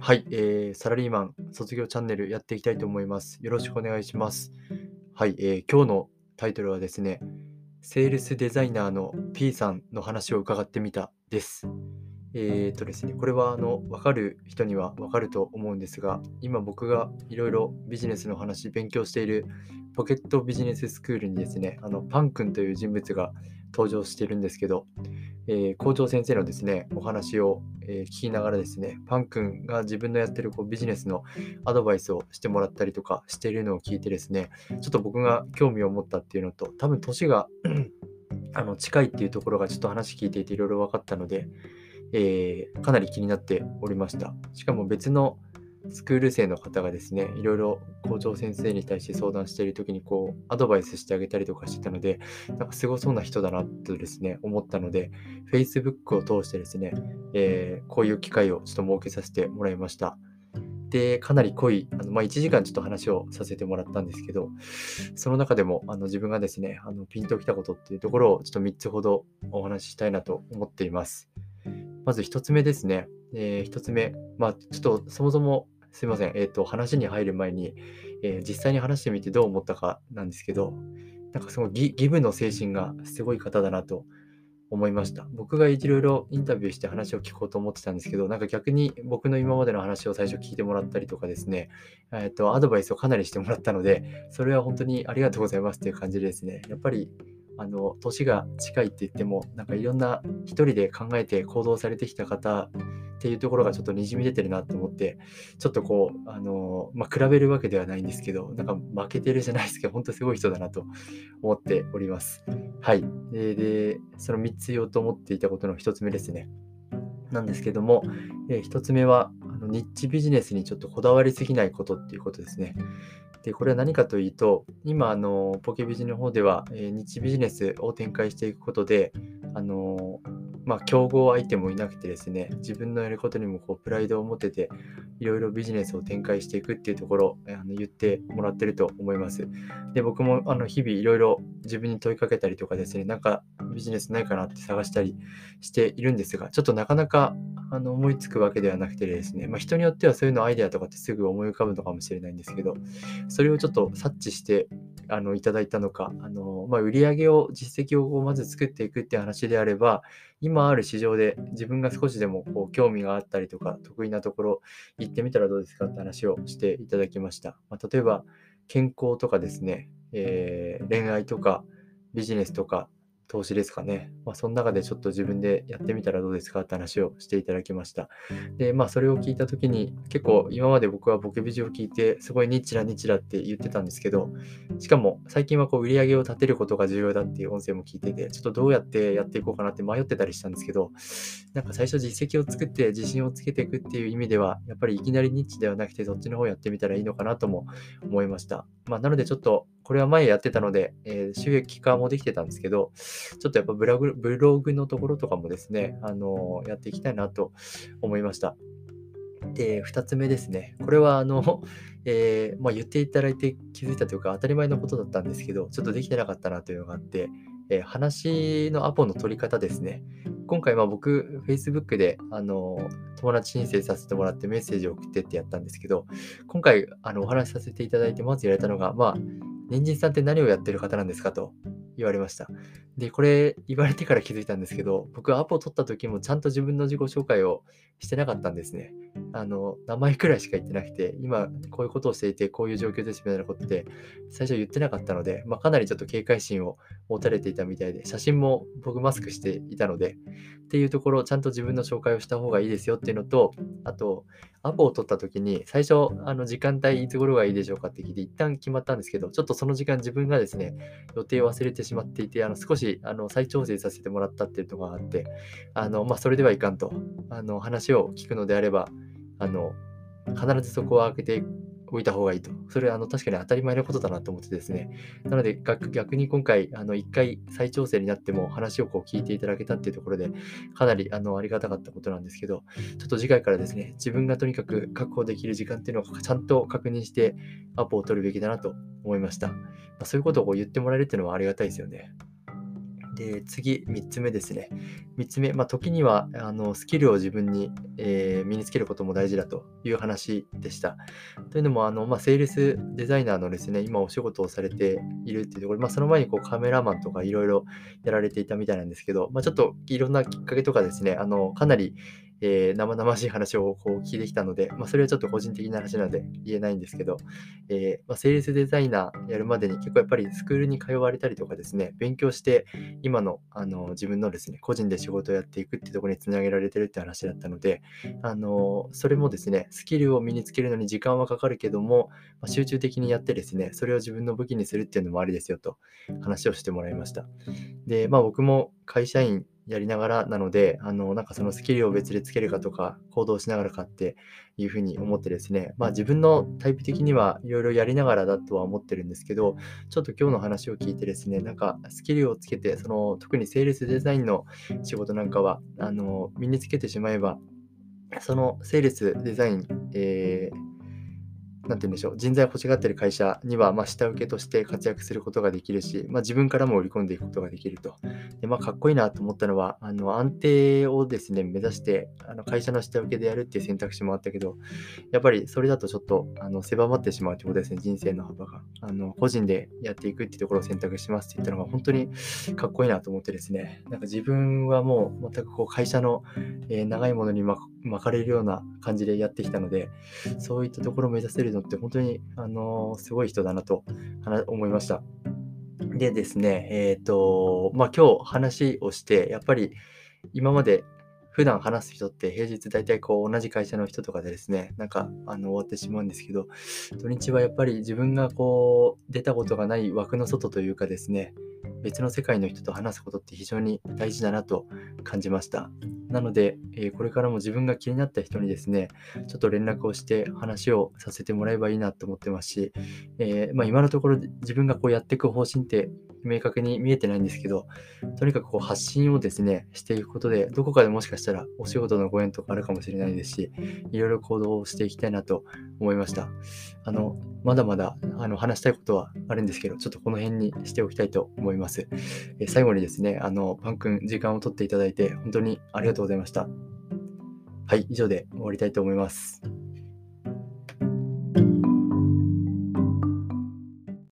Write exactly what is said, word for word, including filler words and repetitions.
はい、えー、サラリーマン卒業チャンネルやっていきたいと思います。よろしくお願いします。はい、えー、今日のタイトルはですね、セールスデザイナーの P さんの話を伺ってみたです。えーとですね、これはあの分かる人には分かると思うんですが、今僕がいろいろビジネスの話勉強しているポケットビジネススクールにですね、あのパン君という人物が登場しているんですけど、えー校長先生のですね、お話を、えー聞きながらですね、パン君が自分のやってるこうビジネスのアドバイスをしてもらったりとかしているのを聞いてですね、ちょっと僕が興味を持ったっていうのと、多分年があの近いっていうところがちょっと話聞いていていろいろ分かったので、えーかなり気になっておりました。しかも別のスクール生の方がですね、いろいろ校長先生に対して相談している時にこうアドバイスしてあげたりとかしてたので、なんかすごそうな人だなとですね、思ったので、Facebook を通してですね、えーこういう機会をちょっと設けさせてもらいました。で、かなり濃い、あのまあ、いちじかんちょっと話をさせてもらったんですけど、その中でもあの自分がですね、あのピンときたことっていうところをちょっとみっつほどお話ししたいなと思っています。まずひとつめですね。えー、ひとつめ、まあ、ちょっとそもそもすいません、えっと、話に入る前に、えー実際に話してみてどう思ったかなんですけど、なんかすごいギギブの精神がすごい方だなと思いました。僕がいろいろインタビューして話を聞こうと思ってたんですけど、なんか逆に僕の今までの話を最初聞いてもらったりとかですね、えっと、アドバイスをかなりしてもらったので、それは本当にありがとうございますっていう感じでですね、やっぱり、あの、年が近いって言っても、なんかいろんな一人で考えて行動されてきた方っていうところがちょっとにじみ出てるなと思って、ちょっとこう、あの、まあ、比べるわけではないんですけど、なんか負けてるじゃないですけど、本当すごい人だなと思っております。はい。で、でそのみっつ言おうと思っていたことのひとつめですね。なんですけども、えー、ひとつめは、あのニッチビジネスにちょっとこだわりすぎないことっていうことですね。で、これは何かというと、今、あの、ポケビジの方では、えーニッチビジネスを展開していくことで、あの、まあ、競合相手もいなくてですね、自分のやることにもこうプライドを持てて、いろいろビジネスを展開していくっていうところをあの言ってもらってると思います。で、僕もあの日々いろいろ自分に問いかけたりとかですね、なんかビジネスないかなって探したりしているんですが、ちょっとなかなかあの思いつくわけではなくてですね、まあ、人によってはそういうのアイデアとかってすぐ思い浮かぶのかもしれないんですけど、それをちょっと察知してあのいただいたのか、あのまあ、売上を、実績をこうまず作っていくっていう話であれば、今ある市場で自分が少しでもこう興味があったりとか、得意なところ行ってみたらどうですかって話をしていただきました。まあ、例えば、健康とかですね、えー恋愛とかビジネスとか投資ですかね。まあ、その中でちょっと自分でやってみたらどうですかって話をしていただきました。で、まあ、それを聞いたときに、結構今まで僕はボケビジを聞いて、すごいニッチだニッチだって言ってたんですけど、しかも最近はこう売り上げを立てることが重要だっていう音声も聞いてて、ちょっとどうやってやっていこうかなって迷ってたりしたんですけど、なんか最初実績を作って自信をつけていくっていう意味では、やっぱりいきなりニッチではなくて、そっちの方やってみたらいいのかなとも思いました。まあ、なのでちょっと、これは前やってたので、えー収益化もできてたんですけど、ちょっとやっぱブログブログのところとかもですね、あのやっていきたいなと思いました。で、ふたつめですね。これはあの、えーまあ、言っていただいて気づいたというか、当たり前のことだったんですけど、ちょっとできてなかったなというのがあって、えー話のアポの取り方ですね。今回、まあ、僕、Facebook であの友達申請させてもらってメッセージを送ってってやったんですけど、今回あのお話しさせていただいて、まず言われたのが、まあ、人参さんって何をやってる方なんですかと言われました。で、これ言われてから気づいたんですけど、僕アポを取った時もちゃんと自分の自己紹介をしてなかったんですね。あの、名前くらいしか言ってなくて、今こういうことをしていて、こういう状況ですみたいなことって最初言ってなかったので、まあ、かなりちょっと警戒心を持たれていたみたいで、写真も僕マスクしていたので、っていうところをちゃんと自分の紹介をした方がいいですよっていうのと、あと、アポを取った時に、最初、あの時間帯いつ頃がいいでしょうかって聞いて、一旦決まったんですけど、ちょっとその時間自分がですね、予定を忘れてしまっていて、あの少しあの再調整させてもらったっていうところがあって、あの、まあ、それではいかんと、あの話を聞くのであれば、あの、必ずそこは開けておいた方がいいと。それはあの確かに当たり前のことだなと思ってですね。なので逆逆に今回、あのいっかい再調整になっても話をこう聞いていただけたっていうところで、かなりあのありがたかったことなんですけど、ちょっと次回からですね、自分がとにかく確保できる時間っていうのをちゃんと確認してアポを取るべきだなと思いました。まあ、そういうことをこう言ってもらえるっていうのはありがたいですよね。 で、次、みっつめですね。みっつめ、まあ、時にはあのスキルを自分に、えー身につけることも大事だという話でした。というのも、あの、まあ、セールスデザイナーのですね、今お仕事をされているっていうところ、まあ、その前にこうカメラマンとかいろいろやられていたみたいなんですけど、まあ、ちょっといろんなきっかけとかですね、あの、かなり、えー生々しい話をこう聞いてきたので、まあ、それはちょっと個人的な話なので言えないんですけど、えーまあ、セールスデザイナーやるまでに結構やっぱりスクールに通われたりとかですね、勉強して今の、あの自分のですね、個人で仕事をやっていくっていうところにつなげられてるって話だったので、あのそれもですね、スキルを身につけるのに時間はかかるけども、まあ、集中的にやってですね、それを自分の武器にするっていうのもありですよと話をしてもらいました。で、まあ僕も会社員やりながらなので、あの、なんかそのスキルを別でつけるかとか、行動しながらかっていうふうに思ってですね、まあ自分のタイプ的にはいろいろやりながらだとは思ってるんですけど、ちょっと今日の話を聞いてですね、なんかスキルをつけて、その特にセールスデザインの仕事なんかは、あの、身につけてしまえば、そのセールスデザイン、えーなんて言うんでしょう、人材を欲しがっている会社には、まあ、下請けとして活躍することができるし、まあ、自分からも売り込んでいくことができると。で、まあ、かっこいいなと思ったのは、あの安定をですね、目指して、あの会社の下請けでやるっていう選択肢もあったけど、やっぱりそれだとちょっとあの狭まってしまうということですね、人生の幅が。あの個人でやっていくっていうところを選択しますって言ったのが本当にかっこいいなと思ってですね、なんか自分はもう全くこう会社の、えー長いものに巻巻かれるような感じでやってきたので、そういったところを目指せるのって本当に、あのーすごい人だなと話思いました。でですね、えっと、まあ、今日話をして、やっぱり今まで普段話す人って平日大体こう同じ会社の人とかでですね、なんかあの終わってしまうんですけど、土日はやっぱり自分がこう出たことがない枠の外というかですね、別の世界の人と話すことって非常に大事だなと感じました。なので、えーこれからも自分が気になった人にですね、ちょっと連絡をして話をさせてもらえばいいなと思ってますし、えーまあ、今のところ自分がこうやっていく方針って明確に見えてないんですけど、とにかくこう発信をですね、していくことで、どこかでもしかしたらお仕事のご縁とかあるかもしれないですし、いろいろ行動をしていきたいなと思いました。あの、まだまだあの話したいことはあるんですけど、ちょっとこの辺にしておきたいと思います。えー最後にですね、あの、パン君、時間を取っていただいて、本当にありがとうございました。はい、以上で終わりたいと思います。